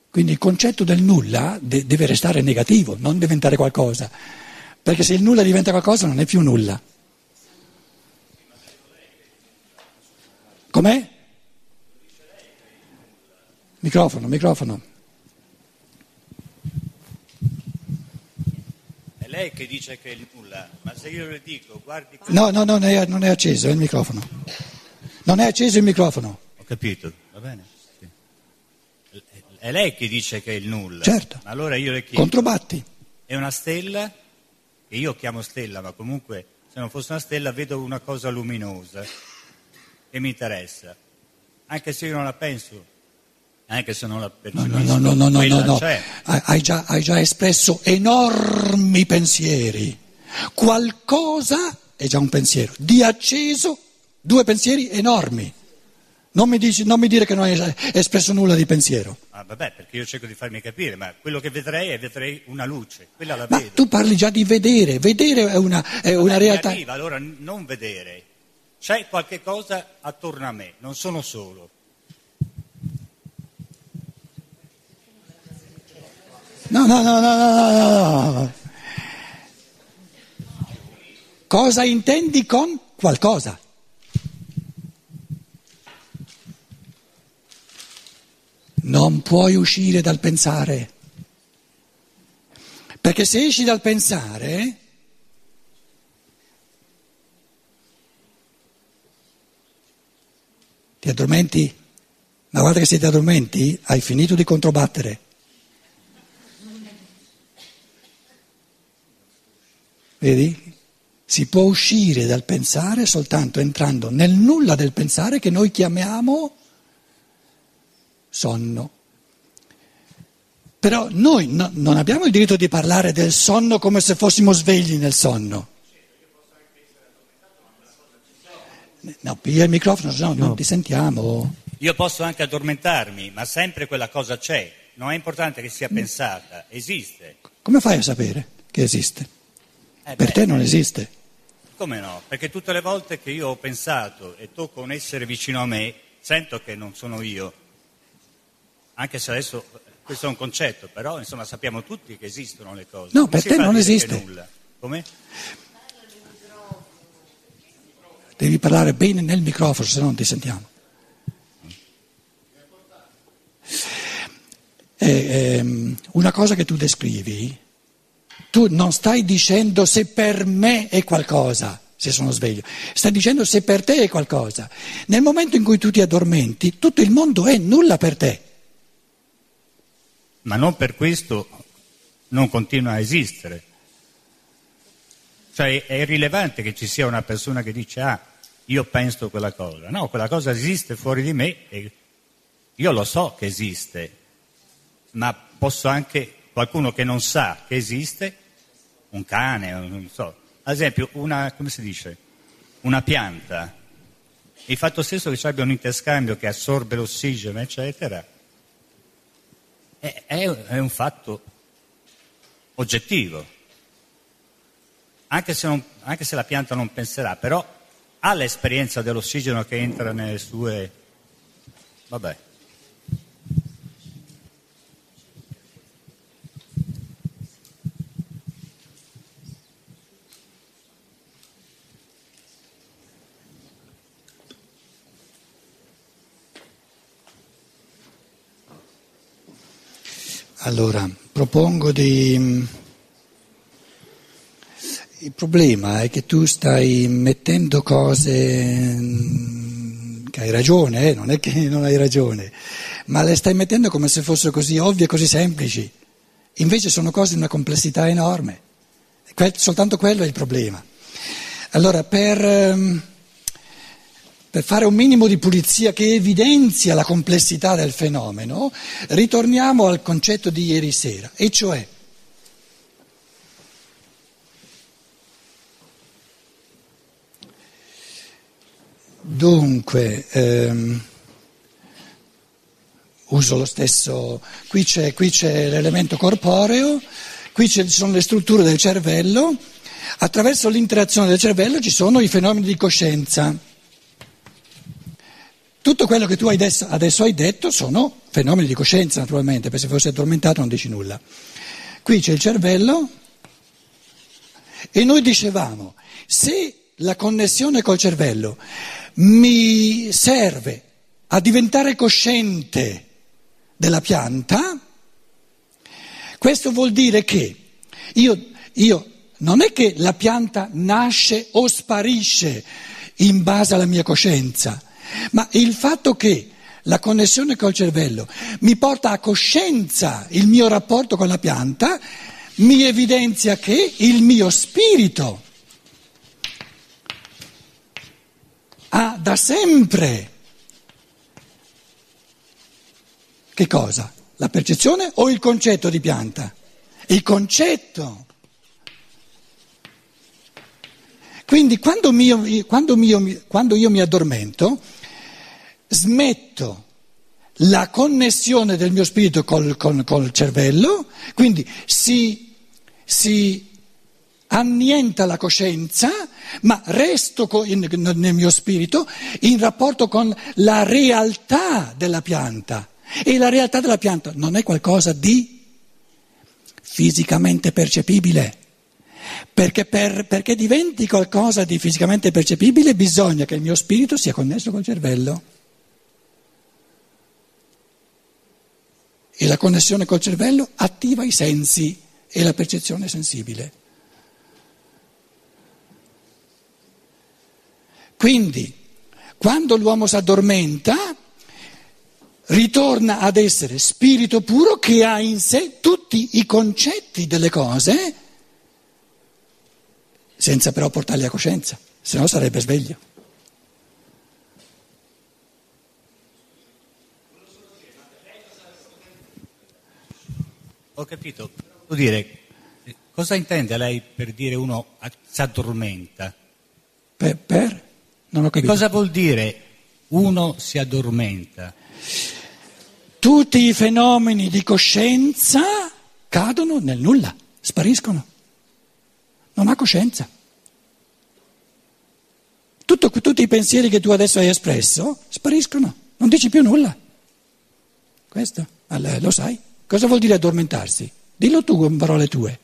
Quindi il concetto del nulla deve restare negativo, non diventare qualcosa, perché se il nulla diventa qualcosa non è più nulla. Com'è? Microfono. È lei che dice che è il nulla, ma se io le dico, guardi... No, non è acceso il microfono. Non è acceso il microfono. Ho capito, va bene. Sì. È lei che dice che è il nulla. Certo. Ma allora io le chiedo... Contробatti. È una stella, che io chiamo stella, ma comunque se non fosse una stella vedo una cosa luminosa e mi interessa. Anche se io non la penso, anche se non la percepisco, No. c'è. Hai già espresso enormi pensieri. Qualcosa è già un pensiero. Di acceso, 2 pensieri enormi. Non mi dire che non hai espresso nulla di pensiero. Ah, vabbè, perché io cerco di farmi capire, ma quello che vedrei una luce, quella la Ma vedo. tu parli già di vedere è una realtà. Mi arriva, allora non vedere. C'è qualche cosa attorno a me, non sono solo. No. Cosa intendi con qualcosa? Non puoi uscire dal pensare, perché se esci dal pensare ti addormenti, ma guarda che se ti addormenti hai finito di controbattere. Vedi? Si può uscire dal pensare soltanto entrando nel nulla del pensare che noi chiamiamo sonno. Però noi non abbiamo il diritto di parlare del sonno come se fossimo svegli nel sonno. No, piglia il microfono, se no non ti sentiamo. Io posso anche addormentarmi, ma sempre quella cosa c'è. Non è importante che sia pensata, esiste. Come fai a sapere che esiste? Per te non esiste. Come no? Perché tutte le volte che io ho pensato e tocco un essere vicino a me, sento che non sono io. Anche se adesso questo è un concetto, però insomma sappiamo tutti che esistono le cose. No, Come per si te fa a non dire che esiste. nulla? Come? Devi parlare bene nel microfono, se no non ti sentiamo. Una cosa che tu descrivi, tu non stai dicendo se per me è qualcosa, se sono sveglio, stai dicendo se per te è qualcosa. Nel momento in cui tu ti addormenti, tutto il mondo è nulla per te. Ma non per questo non continua a esistere. Cioè è irrilevante che ci sia una persona che dice io penso quella cosa. No, quella cosa esiste fuori di me e io lo so che esiste, ma posso anche, qualcuno che non sa che esiste, un cane, non so. Ad esempio come si dice? Una pianta. Il fatto stesso che ci abbia un interscambio che assorbe l'ossigeno, eccetera, è un fatto oggettivo. Anche se la pianta non penserà, però ha l'esperienza dell'ossigeno che entra nelle sue... Vabbè. Allora, propongo di... Il problema è che tu stai mettendo cose che hai ragione, non è che non hai ragione, ma le stai mettendo come se fossero così ovvie, così semplici. Invece sono cose di una complessità enorme. Soltanto quello è il problema. Allora, per fare un minimo di pulizia che evidenzia la complessità del fenomeno, ritorniamo al concetto di ieri sera, e cioè dunque uso lo stesso, qui c'è l'elemento corporeo, qui ci sono le strutture del cervello, attraverso l'interazione del cervello ci sono i fenomeni di coscienza. Tutto quello che tu adesso hai detto sono fenomeni di coscienza, naturalmente, perché se fossi addormentato non dici nulla. Qui c'è il cervello e noi dicevamo, se la connessione col cervello mi serve a diventare cosciente della pianta, questo vuol dire che io non è che la pianta nasce o sparisce in base alla mia coscienza, ma il fatto che la connessione col cervello mi porta a coscienza il mio rapporto con la pianta, mi evidenzia che il mio spirito ha da sempre che cosa? La percezione o il concetto di pianta? Il concetto. Quindi quando io mi addormento, smetto la connessione del mio spirito col cervello, quindi si annienta la coscienza, ma resto nel mio spirito in rapporto con la realtà della pianta. E la realtà della pianta non è qualcosa di fisicamente percepibile, perché diventi qualcosa di fisicamente percepibile bisogna che il mio spirito sia connesso col cervello. E la connessione col cervello attiva i sensi e la percezione sensibile. Quindi, quando l'uomo si addormenta, ritorna ad essere spirito puro che ha in sé tutti i concetti delle cose, senza però portarli a coscienza, se no sarebbe sveglio. Ho capito, vuol dire, cosa intende lei per dire uno si addormenta? Non ho capito. Che cosa vuol dire uno si addormenta? Tutti i fenomeni di coscienza cadono nel nulla, spariscono. Non ha coscienza. Tutti i pensieri che tu adesso hai espresso spariscono, non dici più nulla. Questo, lo sai. Cosa vuol dire addormentarsi? Dillo tu con parole tue.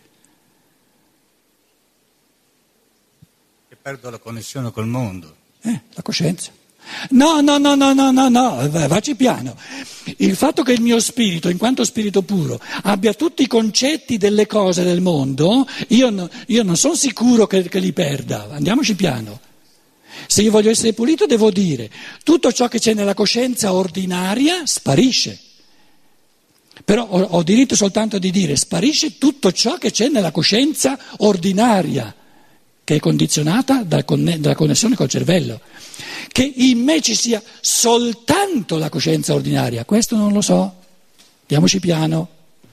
Che perdo la connessione col mondo. La coscienza. No, vacci piano. Il fatto che il mio spirito, in quanto spirito puro, abbia tutti i concetti delle cose del mondo, io non sono sicuro che li perda. Andiamoci piano. Se io voglio essere pulito devo dire tutto ciò che c'è nella coscienza ordinaria sparisce. Però ho diritto soltanto di dire sparisce tutto ciò che c'è nella coscienza ordinaria, che è condizionata dalla connessione col cervello. Che in me ci sia soltanto la coscienza ordinaria, questo non lo so, diamoci piano.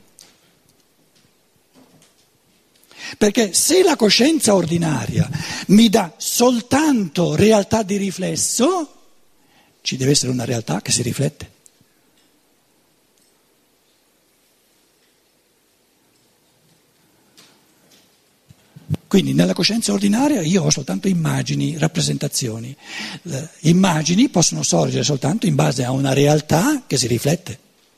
Perché se la coscienza ordinaria mi dà soltanto realtà di riflesso, ci deve essere una realtà che si riflette. Quindi nella coscienza ordinaria io ho soltanto immagini, rappresentazioni. Immagini possono sorgere soltanto in base a una realtà che si riflette.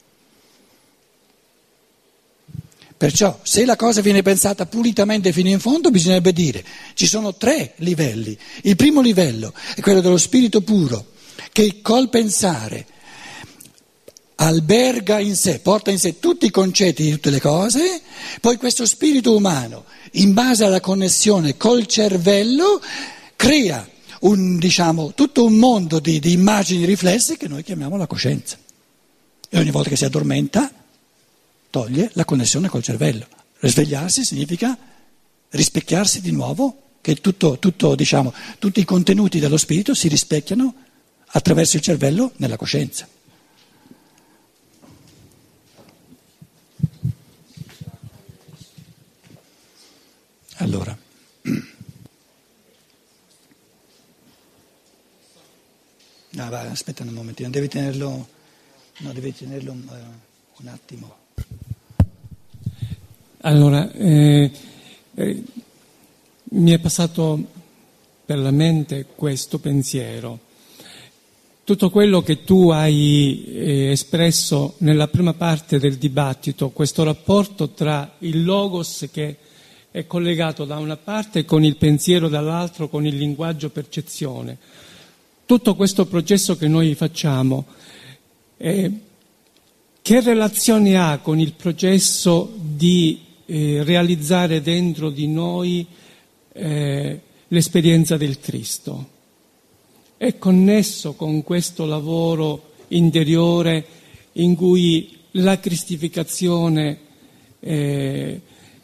Perciò se la cosa viene pensata pulitamente fino in fondo bisognerebbe dire ci sono 3 livelli. Il primo livello è quello dello spirito puro che col pensare alberga in sé, porta in sé tutti i concetti di tutte le cose, poi questo spirito umano, in base alla connessione col cervello, crea tutto un mondo di immagini riflesse che noi chiamiamo la coscienza. E ogni volta che si addormenta, toglie la connessione col cervello. Risvegliarsi significa rispecchiarsi di nuovo, che tutti i contenuti dello spirito si rispecchiano attraverso il cervello nella coscienza. Allora, aspetta un momentino, devi tenerlo un attimo. Allora, mi è passato per la mente questo pensiero. Tutto quello che tu hai espresso nella prima parte del dibattito, questo rapporto tra il logos che è collegato da una parte con il pensiero dall'altro, con il linguaggio percezione, tutto questo processo che noi facciamo, che relazione ha con il processo di realizzare dentro di noi l'esperienza del Cristo? È connesso con questo lavoro interiore in cui la cristificazione è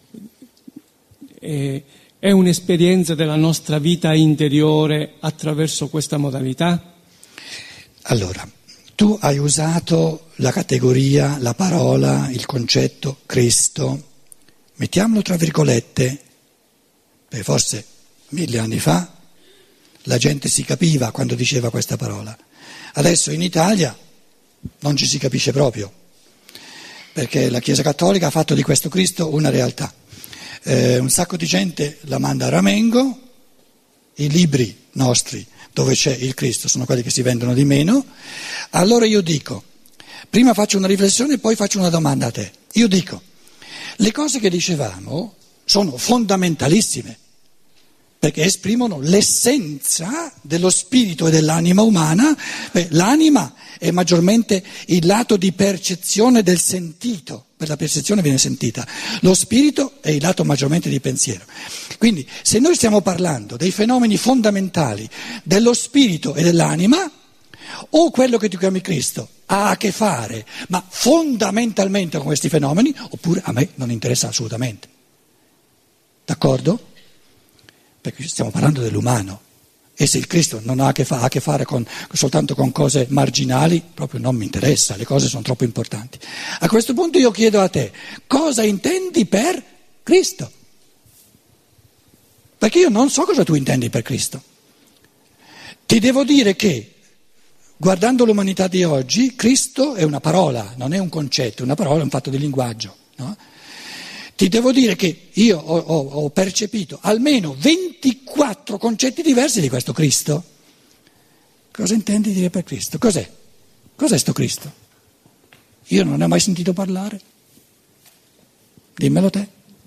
un'esperienza della nostra vita interiore attraverso questa modalità? Allora, tu hai usato la categoria, la parola, il concetto Cristo, mettiamolo tra virgolette, perché forse 1000 anni fa la gente si capiva quando diceva questa parola. Adesso in Italia non ci si capisce proprio, perché la Chiesa Cattolica ha fatto di questo Cristo una realtà. Un sacco di gente la manda a ramengo, i libri nostri dove c'è il Cristo sono quelli che si vendono di meno. Allora io dico, prima faccio una riflessione e poi faccio una domanda a te. Io dico, le cose che dicevamo sono fondamentalissime, perché esprimono l'essenza dello spirito e dell'anima umana. L'anima è maggiormente il lato di percezione del sentito, per la percezione viene sentita, lo spirito è il lato maggiormente di pensiero. Quindi se noi stiamo parlando dei fenomeni fondamentali dello spirito e dell'anima, o quello che tu chiami Cristo ha a che fare, ma fondamentalmente con questi fenomeni, oppure a me non interessa assolutamente. D'accordo? Perché stiamo parlando dell'umano, e se il Cristo non ha a che fare soltanto con cose marginali, proprio non mi interessa, le cose sono troppo importanti. A questo punto io chiedo a te, cosa intendi per Cristo? Perché io non so cosa tu intendi per Cristo. Ti devo dire che, guardando l'umanità di oggi, Cristo è una parola, non è un concetto, una parola è un fatto di linguaggio, no? Ti devo dire che io ho percepito almeno 24 concetti diversi di questo Cristo. Cosa intendi dire per Cristo? Cos'è? Cos'è sto Cristo? Io non ne ho mai sentito parlare. Dimmelo te.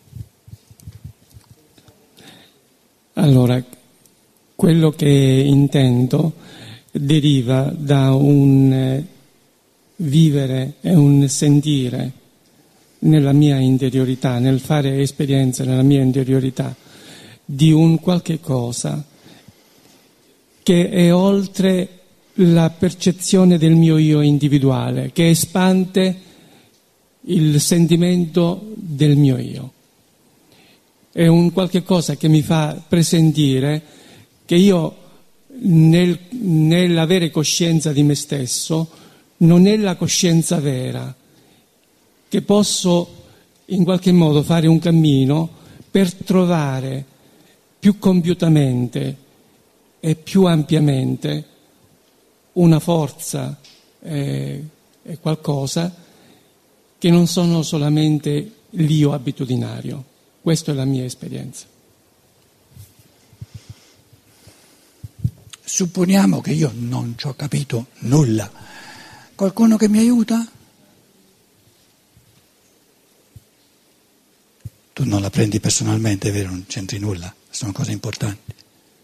Allora, quello che intendo deriva da un vivere e un sentire nella mia interiorità, nel fare esperienze nella mia interiorità di un qualche cosa che è oltre la percezione del mio io individuale, che espande il sentimento del mio io. È un qualche cosa che mi fa presentire che io nell'avere coscienza di me stesso non è la coscienza vera, che posso in qualche modo fare un cammino per trovare più compiutamente e più ampiamente una forza e qualcosa che non sono solamente l'io abitudinario. Questa è la mia esperienza. Supponiamo che io non ci ho capito nulla. Qualcuno che mi aiuta? Tu non la prendi personalmente, è vero, non c'entri nulla, sono cose importanti.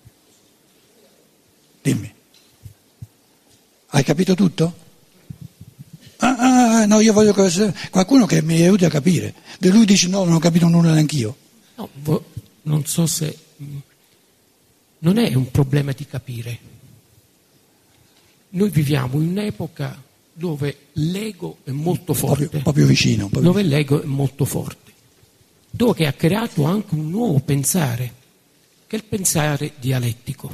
Dimmi. Hai capito tutto? No, io voglio qualcuno che mi aiuti a capire. Lui dice no, non ho capito nulla neanch'io. No, non so se... Non è un problema di capire. Noi viviamo in un'epoca dove l'ego è molto forte. Un po' più vicino. Dove l'ego è molto forte. Dove ha creato anche un nuovo pensare, che è il pensare dialettico.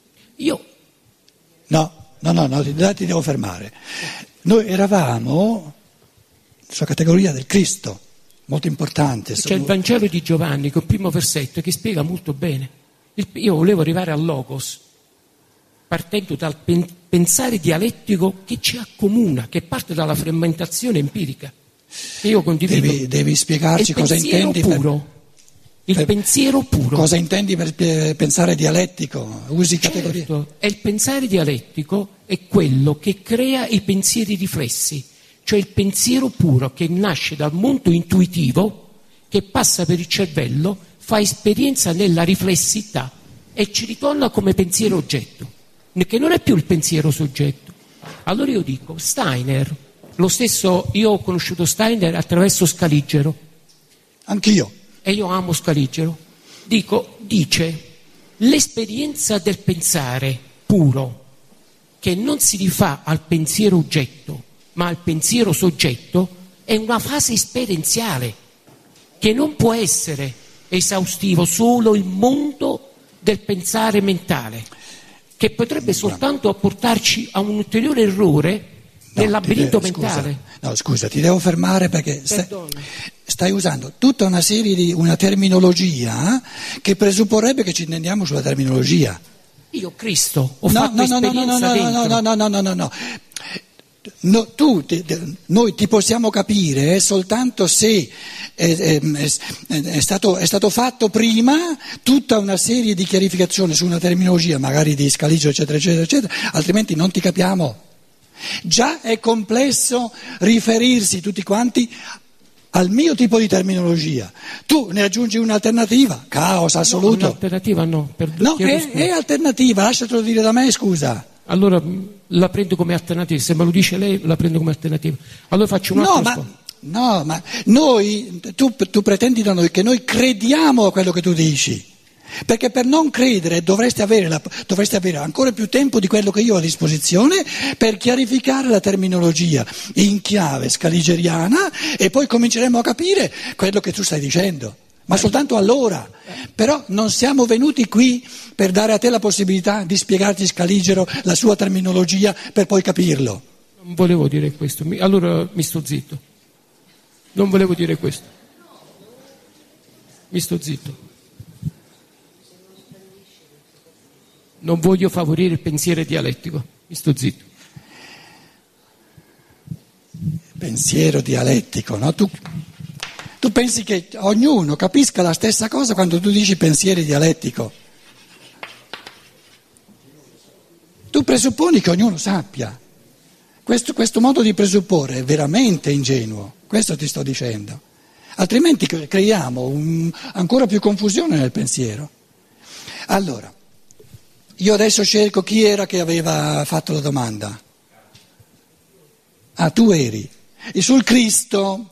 No, ti devo fermare. Noi eravamo sulla categoria del Cristo, molto importante. C'è il Vangelo di Giovanni, che è il primo versetto, che spiega molto bene. Io volevo arrivare al Logos, partendo dal pensare dialettico che ci accomuna, che parte dalla frammentazione empirica. Io condivido. Devi spiegarci cosa intendi. Puro. Il pensiero puro. Cosa intendi per pensare dialettico? Usi categorie? Certo, e il pensare dialettico è quello che crea i pensieri riflessi, cioè il pensiero puro che nasce dal mondo intuitivo, che passa per il cervello, fa esperienza nella riflessità e ci ritorna come pensiero oggetto, che non è più il pensiero soggetto. Allora io dico, Steiner, lo stesso, io ho conosciuto Steiner attraverso Scaligero. Anch'io. E io amo Scaligero. Dice, l'esperienza del pensare puro, che non si rifà al pensiero oggetto, ma al pensiero soggetto, è una fase esperienziale che non può essere esaustivo solo il mondo del pensare mentale, che potrebbe soltanto portarci a un ulteriore errore nel labirinto mentale. Scusa, ti devo fermare perché stai usando tutta una serie di una terminologia che presupporrebbe che ci intendiamo sulla terminologia. Io, Cristo, ho fatto esperienza dentro. No. Noi ti possiamo capire soltanto se è stato fatto prima tutta una serie di chiarificazioni su una terminologia, magari di Scaligero, eccetera, eccetera, eccetera, altrimenti non ti capiamo. Già è complesso riferirsi tutti quanti al mio tipo di terminologia. Tu ne aggiungi un'alternativa, caos assoluto. No, un'alternativa no. È alternativa, lasciatelo dire da me, scusa. Allora la prendo come alternativa, se me lo dice lei la prendo come alternativa. Allora faccio un altro ma noi, tu pretendi da noi che noi crediamo a quello che tu dici. Perché per non credere dovresti avere ancora più tempo di quello che io ho a disposizione per chiarificare la terminologia in chiave scaligeriana e poi cominceremo a capire quello che tu stai dicendo. Ma soltanto allora. Però non siamo venuti qui per dare a te la possibilità di spiegarti Scaligero, la sua terminologia, per poi capirlo. Non volevo dire questo, allora mi sto zitto. Non volevo dire questo. Mi sto zitto. Non voglio favorire il pensiero dialettico, mi sto zitto. Pensiero dialettico, no? Tu pensi che ognuno capisca la stessa cosa quando tu dici pensiero dialettico? Tu presupponi che ognuno sappia. Questo modo di presupporre è veramente ingenuo, questo ti sto dicendo. Altrimenti creiamo ancora più confusione nel pensiero. Allora, io adesso cerco chi era che aveva fatto la domanda. Ah, tu eri. E sul Cristo.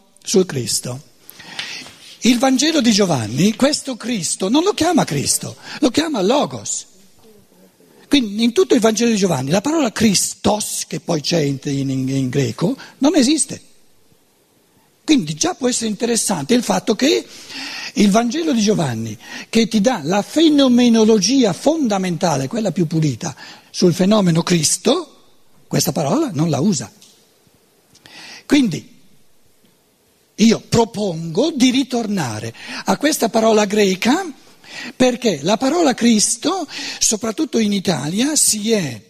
Il Vangelo di Giovanni, questo Cristo non lo chiama Cristo, lo chiama Logos. Quindi in tutto il Vangelo di Giovanni la parola Christos, che poi c'è in greco, non esiste. Quindi già può essere interessante il fatto che il Vangelo di Giovanni, che ti dà la fenomenologia fondamentale, quella più pulita, sul fenomeno Cristo, questa parola non la usa. Quindi io propongo di ritornare a questa parola greca perché la parola Cristo, soprattutto in Italia, si è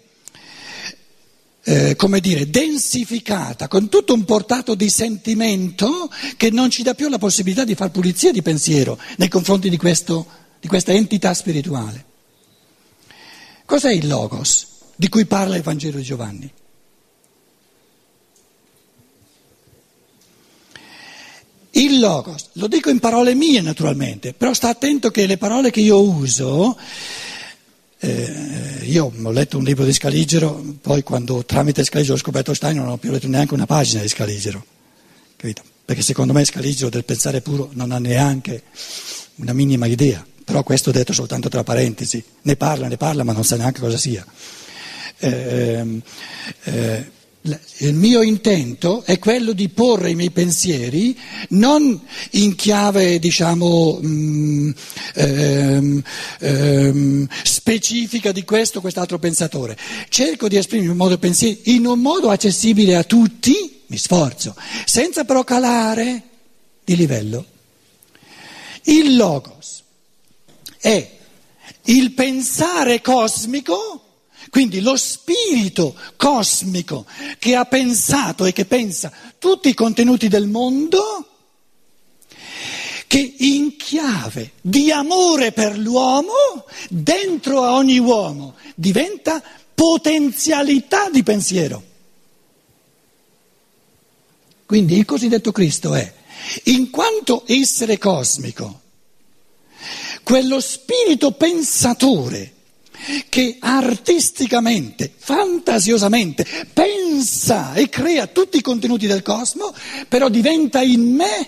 densificata con tutto un portato di sentimento che non ci dà più la possibilità di far pulizia di pensiero nei confronti di questa entità spirituale. Cos'è il Logos di cui parla il Vangelo di Giovanni? Il Logos, lo dico in parole mie naturalmente, però sta attento che le parole che io uso, io ho letto un libro di Scaligero, poi quando tramite Scaligero ho scoperto Steiner non ho più letto neanche una pagina di Scaligero, capito? Perché secondo me Scaligero del pensare puro non ha neanche una minima idea, però questo detto soltanto tra parentesi, ne parla ma non sa neanche cosa sia. Il mio intento è quello di porre i miei pensieri non in chiave, specifica di questo o quest'altro pensatore. Cerco di esprimere in un modo accessibile a tutti, mi sforzo, senza però calare di livello. Il Logos è il pensare cosmico. Quindi lo spirito cosmico che ha pensato e che pensa tutti i contenuti del mondo, che in chiave di amore per l'uomo, dentro a ogni uomo, diventa potenzialità di pensiero. Quindi il cosiddetto Cristo è, in quanto essere cosmico, quello spirito pensatore che artisticamente, fantasiosamente pensa e crea tutti i contenuti del cosmo, però diventa in me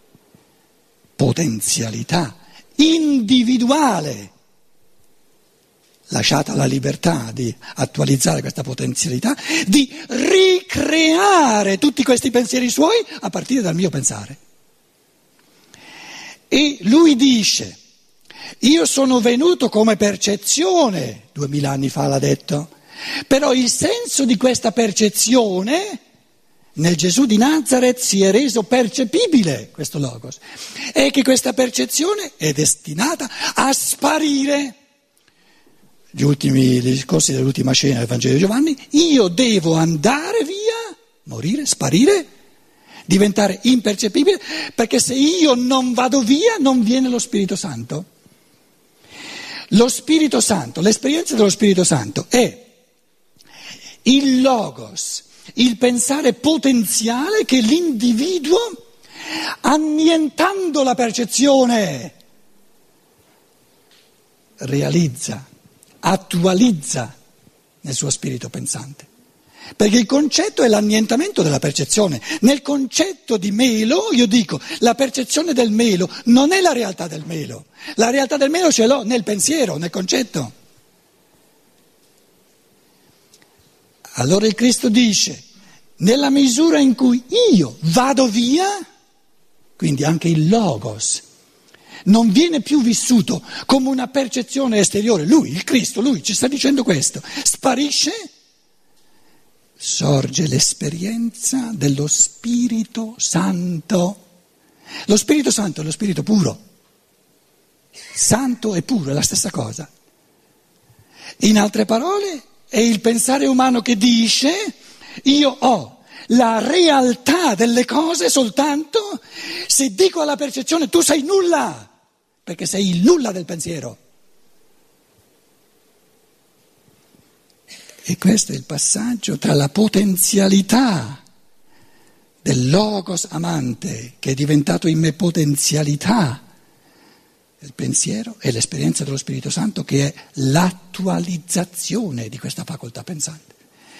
potenzialità individuale. Lasciata la libertà di attualizzare questa potenzialità, di ricreare tutti questi pensieri suoi a partire dal mio pensare. E lui dice, io sono venuto come percezione, 2000 anni fa l'ha detto, però il senso di questa percezione nel Gesù di Nazareth si è reso percepibile, questo logos, e che questa percezione è destinata a sparire. Gli discorsi dell'ultima cena del Vangelo di Giovanni, io devo andare via, morire, sparire, diventare impercettibile, perché se io non vado via non viene lo Spirito Santo. Lo Spirito Santo, l'esperienza dello Spirito Santo è il logos, il pensare potenziale che l'individuo, annientando la percezione, realizza, attualizza nel suo spirito pensante. Perché il concetto è l'annientamento della percezione. Nel concetto di melo, io dico, la percezione del melo non è la realtà del melo. La realtà del melo ce l'ho nel pensiero, nel concetto. Allora il Cristo dice, nella misura in cui io vado via, quindi anche il logos, non viene più vissuto come una percezione esteriore. Lui, il Cristo, lui ci sta dicendo questo, sparisce, sorge l'esperienza dello Spirito Santo. Lo Spirito Santo è lo Spirito puro, santo e puro, è la stessa cosa. In altre parole, è il pensare umano che dice, io ho la realtà delle cose soltanto se dico alla percezione tu sei nulla, perché sei il nulla del pensiero. E questo è il passaggio tra la potenzialità del logos amante, che è diventato in me potenzialità del pensiero, e l'esperienza dello Spirito Santo, che è l'attualizzazione di questa facoltà pensante.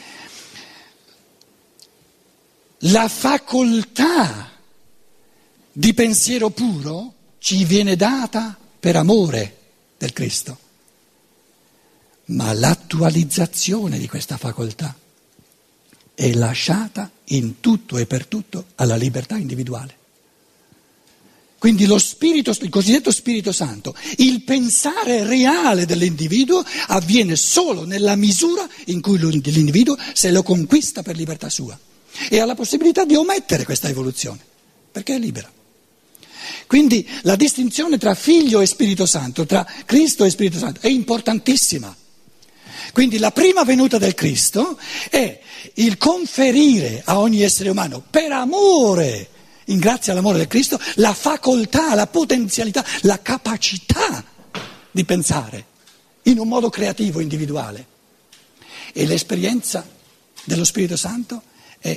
La facoltà di pensiero puro ci viene data per amore del Cristo, ma l'attualizzazione di questa facoltà è lasciata in tutto e per tutto alla libertà individuale. Quindi lo spirito, il cosiddetto Spirito Santo, il pensare reale dell'individuo avviene solo nella misura in cui l'individuo se lo conquista per libertà sua e ha la possibilità di omettere questa evoluzione, perché è libera. Quindi la distinzione tra Figlio e Spirito Santo, tra Cristo e Spirito Santo, è importantissima. Quindi la prima venuta del Cristo è il conferire a ogni essere umano, per amore, in grazia all'amore del Cristo, la facoltà, la potenzialità, la capacità di pensare in un modo creativo, individuale. E l'esperienza dello Spirito Santo è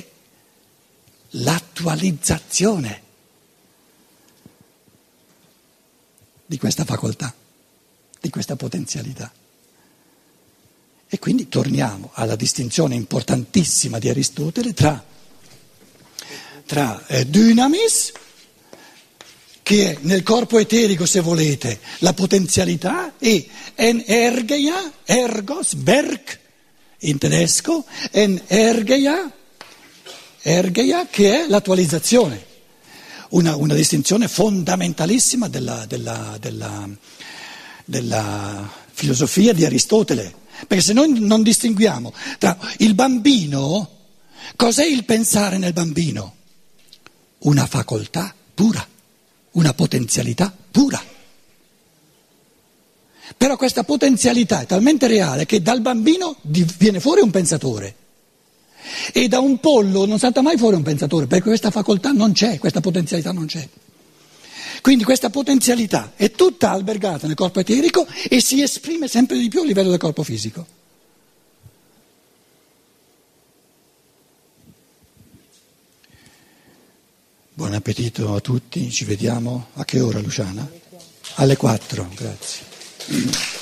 l'attualizzazione di questa facoltà, di questa potenzialità. E quindi torniamo alla distinzione importantissima di Aristotele tra dynamis, che è nel corpo eterico, se volete, la potenzialità, e energeia, ergos, Berg in tedesco, energeia, che è l'attualizzazione. Una distinzione fondamentalissima della filosofia di Aristotele. Perché se noi non distinguiamo tra il bambino, cos'è il pensare nel bambino? Una facoltà pura, una potenzialità pura. Però questa potenzialità è talmente reale che dal bambino viene fuori un pensatore e da un pollo non salta mai fuori un pensatore, perché questa facoltà non c'è, questa potenzialità non c'è. Quindi questa potenzialità è tutta albergata nel corpo eterico e si esprime sempre di più a livello del corpo fisico. Buon appetito a tutti, ci vediamo a che ora, Luciana? Alle 4, grazie.